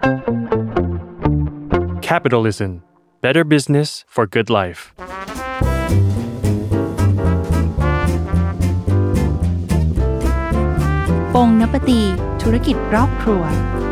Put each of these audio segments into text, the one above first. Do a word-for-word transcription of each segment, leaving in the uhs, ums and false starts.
Capitalism. Better business for good life. ปงนปตีธุรกิจรอบครัว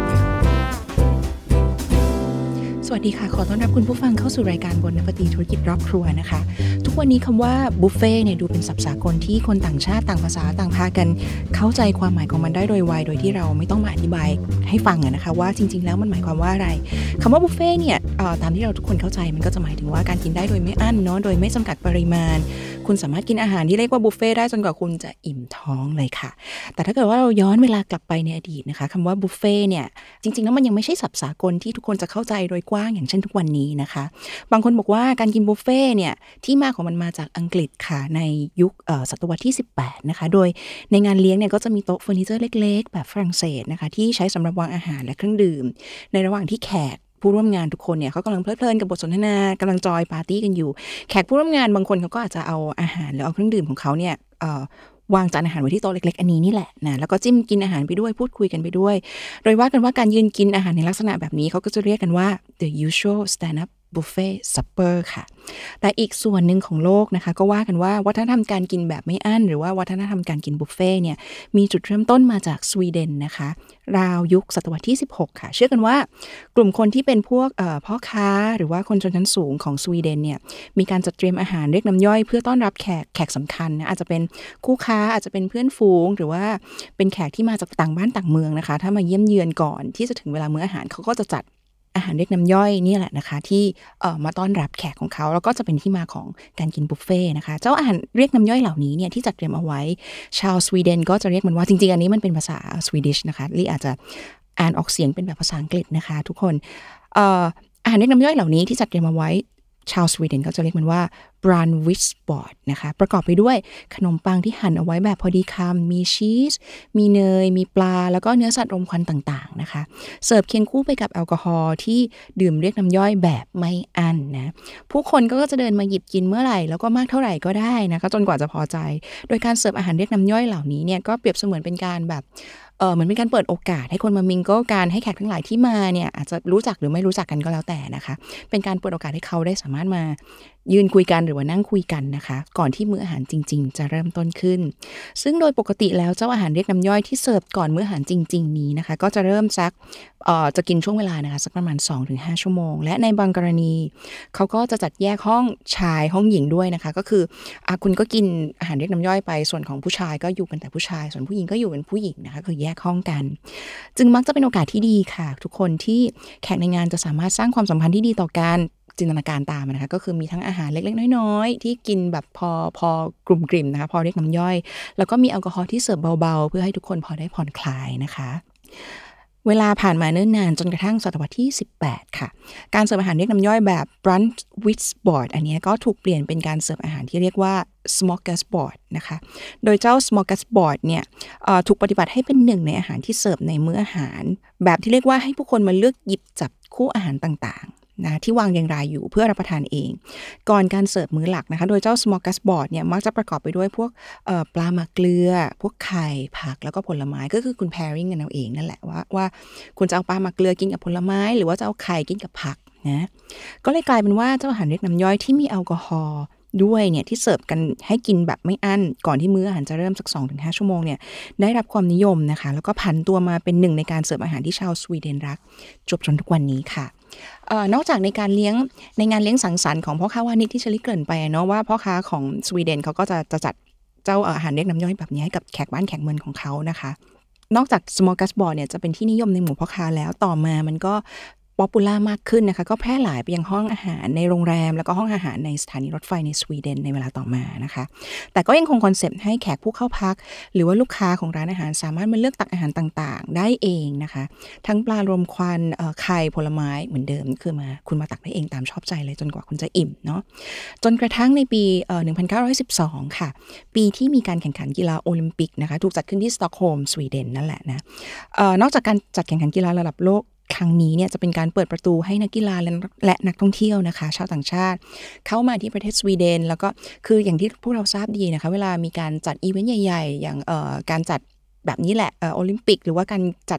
สวัสดีค่ะขอต้อนรับคุณผู้ฟังเข้าสู่รายการบนนปตีธุรกิจรอบครัวนะคะทุกวันนี้คำว่าบุฟเฟ่เนี่ยดูเป็นศัพท์สากลที่คนต่างชาติต่างภาษาต่างพากันเข้าใจความหมายของมันได้โดยไวโดยที่เราไม่ต้องมาอธิบายให้ฟังนะคะว่าจริงๆแล้วมันหมายความว่าอะไรคำว่าบุฟเฟ่เนี่ยตามที่เราทุกคนเข้าใจมันก็จะหมายถึงว่าการกินได้โดยไม่อั้นเนาะโดยไม่จำกัดปริมาณคุณสามารถกินอาหารที่เรียกว่าบุฟเฟ่ได้จนกว่าคุณจะอิ่มท้องเลยค่ะแต่ถ้าเกิดว่าเราย้อนเวลากลับไปในอดีตนะคะคำว่าบุฟเฟ่เนี่ยจริงๆแล้วมันยังไม่ใช่ศัพท์สากลที่ทุกคนจะเข้าใจโดยกว้างอย่างเช่นทุกวันนี้นะคะบางคนบอกว่าการกินบุฟเฟ่เนี่ยที่มาของมันมาจากอังกฤษค่ะในยุคศตวรรษที่สิบแปดนะคะโดยในงานเลี้ยงเนี่ยก็จะมีโต๊ะเฟอร์นิเจอร์เล็กๆแบบฝรั่งเศสนะคะที่ใช้สำหรับวางอาหารและเครื่องดื่มในระหว่างที่แขกผู้ร่วมงานทุกคนเนี่ยเขากำลังเพลิดเพลินกับบทสนทนากำลังจอยปาร์ตี้กันอยู่แขกผู้ร่วมงานบางคนเขาก็อาจจะเอาอาหารหรือเอาเครื่องดื่มของเขาเนี่ยเอ่อวางจานอาหารไว้ที่โต๊ะเล็กๆอันนี้นี่แหละนะแล้วก็จิ้มกินอาหารไปด้วยพูดคุยกันไปด้วยโดยว่ากันว่าการยืนกินอาหารในลักษณะแบบนี้เขาก็จะเรียกกันว่า the usual stand up buffet supper ค่ะแต่อีกส่วนหนึ่งของโลกนะคะก็ว่ากันว่าวัฒนธรรมการกินแบบไม่อั้นหรือว่าวัฒนธรรมการกินบุฟเฟ่เนี่ยมีจุดเริ่มต้นมาจากสวีเดนนะคะราวยุคศตวรรษที่สิบหกค่ะเชื่อกันว่ากลุ่มคนที่เป็นพวกเอ่อพ่อค้าหรือว่าคนชนชั้นสูงของสวีเดนเนี่ยมีการจัดเตรียมอาหารเรียกน้ำย่อยเพื่อต้อนรับแขกแขกสำคัญนะอาจจะเป็นคู่ค้าอาจจะเป็นเพื่อนฝูงหรือว่าเป็นแขกที่มาจากต่างบ้านต่างเมืองนะคะถ้ามาเยี่ยมเยือนก่อนที่จะถึงเวลามื้ออาหารเขาก็จะจัดอาหารเรียกน้ำย่อยนี่แหละนะคะที่เอ่อมาต้อนรับแขกของเขาแล้วก็จะเป็นที่มาของการกินบุฟเฟ่นะคะเจ้าอาหารเรียกน้ำย่อยเหล่านี้เนี่ยที่จัดเตรียมเอาไว้ชาวสวีเดนก็จะเรียกมันว่าจริงๆอันนี้มันเป็นภาษาสวีดิชนะคะลี่อาจจะอ่านออกเสียงเป็นแบบภาษาอังกฤษนะคะทุกคนเอ่ออาหารเรียกน้ำย่อยเหล่านี้ที่จัดเตรียมเอาไว้ชาวสวีเดนก็จะเรียกมันว่าบรานวิชบอร์ดนะคะประกอบไปด้วยขนมปังที่หั่นเอาไว้แบบพอดีคำมีชีสมีเนยมีปลาแล้วก็เนื้อสัตว์รมควันต่างๆนะคะเสิร์ฟเคียงคู่ไปกับแอลกอฮอล์ที่ดื่มเรียกน้ำย่อยแบบไม่อั้นนะผู้คนก็จะเดินมาหยิบกินเมื่อไหร่แล้วก็มากเท่าไหร่ก็ได้นะคะจนกว่าจะพอใจโดยการเสิร์ฟอาหารเรียกน้ำย่อยเหล่านี้เนี่ยก็เปรียบเสมือนเป็นการแบบเออเหมือนเป็นการเปิดโอกาสให้คนมามิงเกิลกันให้แขกทั้งหลายที่มาเนี่ยอาจจะรู้จักหรือไม่รู้จักกันก็แล้วแต่นะคะเป็นการเปิดโอกาสให้เขาได้สามารถมายืนคุยกันหรือว่านั่งคุยกันนะคะก่อนที่มื้ออาหารจริงๆจะเริ่มต้นขึ้นซึ่งโดยปกติแล้วเจ้าอาหารเรียกน้ำย่อยที่เสิร์ฟก่อนมื้ออาหารจริงๆนี้นะคะก็จะเริ่มสักเอ่อจะกินช่วงเวลานะคะสักประมาณ สองถึงห้า ชั่วโมงและในบางกรณีเขาก็จะจัดแยกห้องชายห้องหญิงด้วยนะคะก็คืออ่ะคุณก็กินอาหารเรียกน้ำย่อยไปส่วนของผู้ชายก็อยู่เป็นแต่ผู้ชายส่วนผู้หญิงก็อยู่เป็นผู้หญิงนะคะคือแยกห้องกันจึงมักจะเป็นโอกาสที่ดีค่ะทุกคนที่แขกในงานจะสามารถสร้างความสัมพันธ์ที่ดีต่อกันจินตนาการตามนะคะก็คือมีทั้งอาหารเล็กๆน้อยๆที่กินแบบพอพอกลุ่มกลิ่มนะคะพอเรียกน้ำย่อยแล้วก็มีแอลกอฮอล์ที่เสิร์ฟเบาๆเพื่อให้ทุกคนพอได้ผ่อนคลายนะคะเวลาผ่านมาเนิ่นนานจนกระทั่งศตวรรษที่สิบแปดค่ะการเสิร์ฟอาหารเรียกน้ำย่อยแบบ brunch with board อันนี้ก็ถูกเปลี่ยนเป็นการเสิร์ฟอาหารที่เรียกว่า smorgasbord นะคะโดยเจ้า smorgasbord เนี่ยถูกปฏิบัติให้เป็นหนึ่งในอาหารที่เสิร์ฟในมื้ออาหารแบบที่เรียกว่าให้ผู้คนมาเลือกหยิบจับคู่อาหารต่างๆนะที่วางเรียงรายอยู่เพื่อรับประทานเองก่อนการเสิร์ฟมื้อหลักนะคะโดยเจ้า smorgasbord เนี่ยมักจะประกอบไปด้วยพวกปลาหมักเกลือพวกไข่ผักแล้วก็ผลไม้ก็คือคุณ pairing กันเอาเองนั่นแหละว่าว่าคุณจะเอาปลาหมักเกลือกินกับผลไม้หรือว่าจะเอาไข่กินกับผักนะก็เลยกลายเป็นว่าเจ้าอาหารเรียกน้ำย่อยที่มีแอลกอฮอล์ด้วยเนี่ยที่เสิร์ฟกันให้กินแบบไม่อั้นก่อนที่มื้ออาหารจะเริ่มสัก สองถึงห้า ชั่วโมงเนี่ยได้รับความนิยมนะคะแล้วก็ผันตัวมาเป็นหนึ่งในการเสิร์ฟอาหารที่ชาวสวีเดนรักจบจนทุกวันนี้ค่ะเอ่อนอกจากในการเลี้ยงในงานเลี้ยงสังสรรค์ของพ่อค้าวานิชที่เชลิเกริ่นไปเนาะว่าพ่อค้าของสวีเดนเขาก็จะจะจัดเจ้าอาหารเรียกน้ำย่อยแบบนี้ให้กับแขกบ้านแขกเมืองของเขานะคะนอกจาก smorgasbord เนี่ยจะเป็นที่นิยมในหมู่พ่อค้าแล้วต่อมามันก็ป๊อปปูล่ามากขึ้นนะคะก็แพร่หลายไปยังห้องอาหารในโรงแรมแล้วก็ห้องอาหารในสถานีรถไฟในสวีเดนในเวลาต่อมานะคะแต่ก็ยังคงคอนเซปต์ให้แขกผู้เข้าพักหรือว่าลูกค้าของร้านอาหารสามารถมาเลือกตักอาหารต่างๆได้เองนะคะทั้งปลารวมควันไข่ผลไม้เหมือนเดิมคือมาคุณมาตักได้เองตามชอบใจเลยจนกว่าคุณจะอิ่มเนาะจนกระทั่งในปีหนึ่งพันเก้าร้อยสิบสองค่ะปีที่มีการแข่งขันกีฬาโอลิมปิกนะคะถูกจัดขึ้นที่สต็อกโฮล์มสวีเดนนั่นแหละนะนอกจากการจัดแข่งขันกีฬาระดับโลกครั้งนี้เนี่ยจะเป็นการเปิดประตูให้นักกีฬาและนักท่องเที่ยวนะคะชาวต่างชาติเข้ามาที่ประเทศสวีเดนแล้วก็คืออย่างที่พวกเราทราบดีนะคะเวลามีการจัดอีเวนต์ใหญ่ๆอย่างเอ่อการจัดแบบนี้แหละเอ่อโอลิมปิกหรือว่าการจัด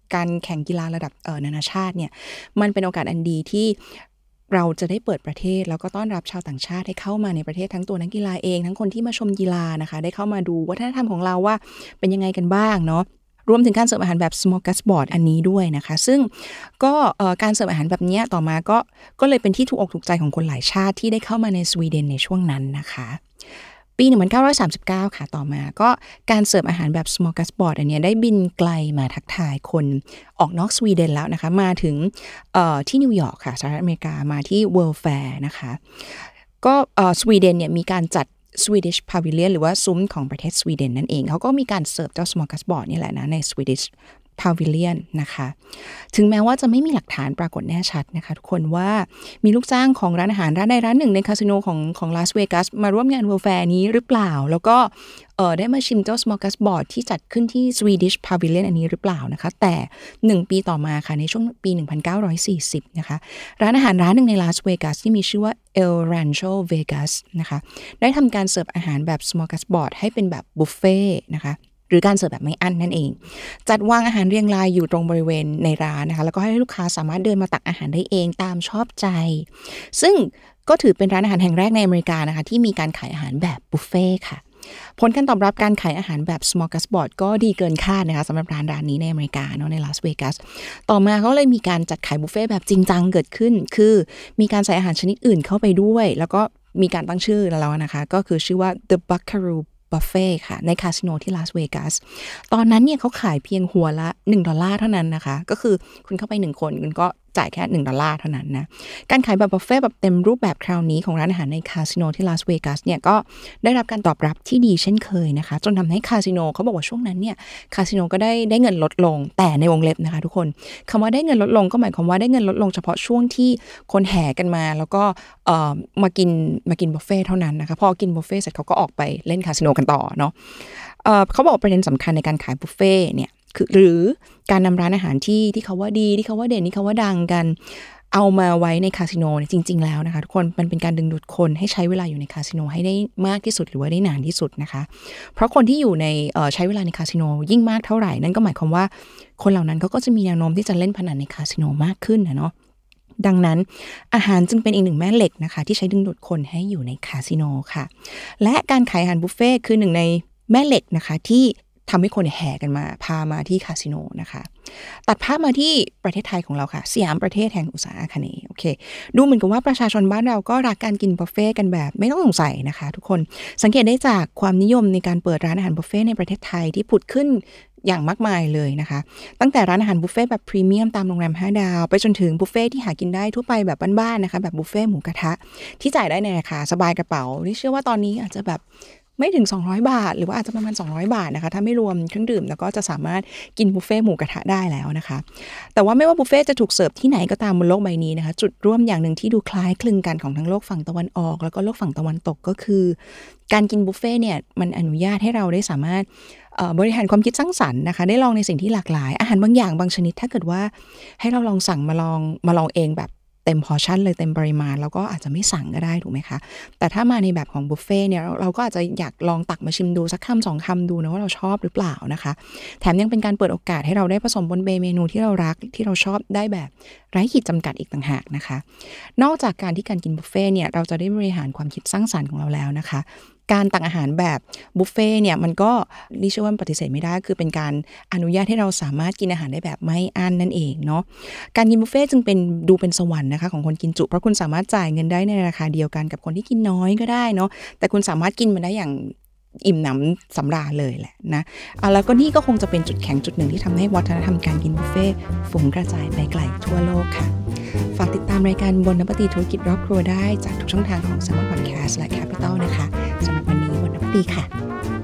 การแข่งกีฬาระดับเอ่อนานาชาติเนี่ยมันเป็นโอกาสอันดีที่เราจะได้เปิดประเทศแล้วก็ต้อนรับชาวต่างชาติให้เข้ามาในประเทศทั้งตัวนักกีฬาเองทั้งคนที่มาชมกีฬานะคะได้เข้ามาดูวัฒนธรรมของเราว่าเป็นยังไงกันบ้างเนาะรวมถึงการเสิร์ฟอาหารแบบ smorgasbord อันนี้ด้วยนะคะซึ่งก็เอ่อการเสิร์ฟอาหารแบบนี้ต่อมาก็ก็เลยเป็นที่ถูกอกถูกใจของคนหลายชาติที่ได้เข้ามาในสวีเดนในช่วงนั้นนะคะปีหนึ่งพันเก้าร้อยสามสิบเก้าค่ะต่อมาก็การเสิร์ฟอาหารแบบ smorgasbord อันนี้ได้บินไกลมาทักทายคนออกนอกสวีเดนแล้วนะคะมาถึงเอ่อที่นิวยอร์กค่ะสหรัฐอเมริกามาที่ World Fair นะคะก็เอ่อสวีเดนเนี่ยมีการจัดSwedish Pavilion หรือว่าซุ้มของประเทศสวีเดนนั่นเองเขาก็มีการเสิร์ฟเจ้า smorgasbord นี่แหละนะใน Swedish Pavilion นะคะถึงแม้ว่าจะไม่มีหลักฐานปรากฏแน่ชัดนะคะทุกคนว่ามีลูกจ้างของร้านอาหารร้านใดร้านหนึ่งในคาสิโนของของลาสเวกัสมาร่วมงาน World Fair นี้หรือเปล่าแล้วก็เอ่อได้มาชิมเจ้า smorgasbord ที่จัดขึ้นที่ Swedish Pavilion อันนี้หรือเปล่านะคะแต่หนึ่งปีต่อมาค่ะในช่วงปีหนึ่งพันเก้าร้อยสี่สิบนะคะร้านอาหารร้านหนึ่งในลาสเวกัสที่มีชื่อว่า El Rancho Vegas นะคะได้ทำการเสิร์ฟอาหารแบบ smorgasbord ให้เป็นแบบบุฟเฟ่นะคะหรือการเสิร์ฟแบบไม่อั้นนั่นเองจัดวางอาหารเรียงรายอยู่ตรงบริเวณในร้านนะคะแล้วก็ให้ลูกค้าสามารถเดินมาตักอาหารได้เองตามชอบใจซึ่งก็ถือเป็นร้านอาหารแห่งแรกในอเมริกานะคะที่มีการขายอาหารแบบบุฟเฟ่ค่ะผลการตอบรับการขายอาหารแบบ smorgasbord ก็ดีเกินคาดนะคะสำหรับร้านร้านนี้ในอเมริกาเนาะในลาสเวกัสต่อมาเขาเลยมีการจัดขายบุฟเฟ่แบบจริงจังเกิดขึ้นคือมีการใส่อาหารชนิดอื่นเข้าไปด้วยแล้วก็มีการตั้งชื่อแล้วนะคะก็คือชื่อว่า The Buckarooบุฟเฟ่ค่ะในคาสิโนที่ลาสเวกัสตอนนั้นเนี่ยเขาขายเพียงหัวละหนึ่งดอลลาร์เท่านั้นนะคะก็คือคุณเข้าไปหนึ่งคนคุณก็จ่ายแค่หนึ่งดอลลาร์เท่านั้นนะการขายแบบบุฟเฟ่แบบเต็มรูปแบบคราวนี้ของร้านอาหารในคาสิโนที่ลาสเวกัสเนี่ยก็ได้รับการตอบรับที่ดีเช่นเคยนะคะจนทำให้คาสิโนเขาบอกว่าช่วงนั้นเนี่ยคาสิโนก็ได้ได้เงินลดลงแต่ในวงเล็บนะคะทุกคนคำว่าได้เงินลดลงก็หมายความว่าได้เงินลดลงเฉพาะช่วงที่คนแห่กันมาแล้วก็เอ่อมากินมากินบุฟเฟ่เท่านั้นนะคะพอกินบุฟเฟ่เสร็จเขาก็ออกไปเล่นคาสิโนกันต่อเนาะเอ่อเขาบอกประเด็นสำคัญในการขายบุฟเฟ่เนี่ยคือหรือการนำร้านอาหารที่ที่เขาว่าดีที่เขาว่าเด่นที่เขาว่าดังกันเอามาไว้ในคาสิโนเนี่ยจริงๆแล้วนะคะทุกคนมันเป็นการดึงดูดคนให้ใช้เวลาอยู่ในคาสิโนให้ได้มากที่สุดหรือว่าได้นานที่สุดนะคะเพราะคนที่อยู่ในเอ่อใช้เวลาในคาสิโนยิ่งมากเท่าไหร่นั่นก็หมายความว่าคนเหล่านั้นเขาก็จะมีแนวโน้มที่จะเล่นพนันในคาสิโนมากขึ้นนะเนาะดังนั้นอาหารจึงเป็นอีกหนึ่งแม่เหล็กนะคะที่ใช้ดึงดูดคนให้อยู่ในคาสิโนค่ะและการขายอาหารบุฟเฟ่คือหนึ่งในแม่เหล็กนะคะที่ทำให้คนแห่กันมาพามาที่คาสิโนนะคะตัดภาพมาที่ประเทศไทยของเราค่ะสยามประเทศแห่งอุตสาหคเนย์โอเคดูเหมือนกับว่าประชาชนบ้านเราก็รักการกินบุฟเฟ่กันแบบไม่ต้องสงสัยนะคะทุกคนสังเกตได้จากความนิยมในการเปิดร้านอาหารบุฟเฟ่ในประเทศไทยที่ผุดขึ้นอย่างมากมายเลยนะคะตั้งแต่ร้านอาหารบุฟเฟ่แบบพรีเมียมตามโรงแรมห้าดาวไปจนถึงบุฟเฟ่ที่หากินได้ทั่วไปแบบบ้านๆนะคะแบบบุฟเฟ่หมูกระทะที่จ่ายได้ในราคาสบายกระเป๋าที่เชื่อว่าตอนนี้อาจจะแบบไม่ถึงสองร้อยบาทหรือว่าอาจจะประมาณสองร้อยบาทนะคะถ้าไม่รวมเครื่องดื่มแล้วก็จะสามารถกินบุฟเฟ่หมูกระทะได้แล้วนะคะแต่ว่าไม่ว่าบุฟเฟ่จะถูกเสิร์ฟที่ไหนก็ตามบนโลกใบนี้นะคะจุดร่วมอย่างหนึ่งที่ดูคล้ายคลึงกันของทั้งโลกฝั่งตะวันออกแล้วก็โลกฝั่งตะวันตกก็คือการกินบุฟเฟ่เนี่ยมันอนุญาตให้เราได้สามารถบริหารความคิดสร้างสรรค์นะคะได้ลองในสิ่งที่หลากหลายอาหารบางอย่างบางชนิดถ้าเกิดว่าให้เราลองสั่งมาลองมาลองเองแบบเต็มพอร์ชั่นเลยเต็มปริมาณแล้วก็อาจจะไม่สั่งก็ได้ถูกไหมคะแต่ถ้ามาในแบบของบุฟเฟ่เนี่ยเราก็อาจจะอยากลองตักมาชิมดูสักคำสองคำดูนะว่าเราชอบหรือเปล่านะคะแถมยังเป็นการเปิดโอกาสให้เราได้ผสมบนเมนูที่เรารักที่เราชอบได้แบบไร้ขีดจำกัดอีกต่างหากนะคะนอกจากการที่การกินบุฟเฟ่เนี่ยเราจะได้บริหารความคิดสร้างสรรค์ของเราแล้วนะคะการตักอาหารแบบบุฟเฟ่เนี่ยมันก็ดิฉันว่าปฏิเสธไม่ได้คือเป็นการอนุญาตให้เราสามารถกินอาหารได้แบบไม่อั้นนั่นเองเนาะการกินบุฟเฟ่จึงเป็นดูเป็นสวรรค์นะคะของคนกินจุเพราะคุณสามารถจ่ายเงินได้ในราคาเดียวกันกับคนที่กินน้อยก็ได้เนาะแต่คุณสามารถกินมันได้อย่างอิ่มหนำสำราญเลยแหละนะอ่ะแล้วก็นี่ก็คงจะเป็นจุดแข็งจุดหนึ่งที่ทำให้วัฒนธรรมการกินบุฟเฟ่ฟุ้งกระจายไปไกลทั่วโลกค่ะฝากติดตามรายการบนนปฏิธุรกิจรอบครัวได้จากทุกช่องทางของ Salmon Podcast และ Capital นะคะสำหรับวันนี้บนนปฏิค่ะ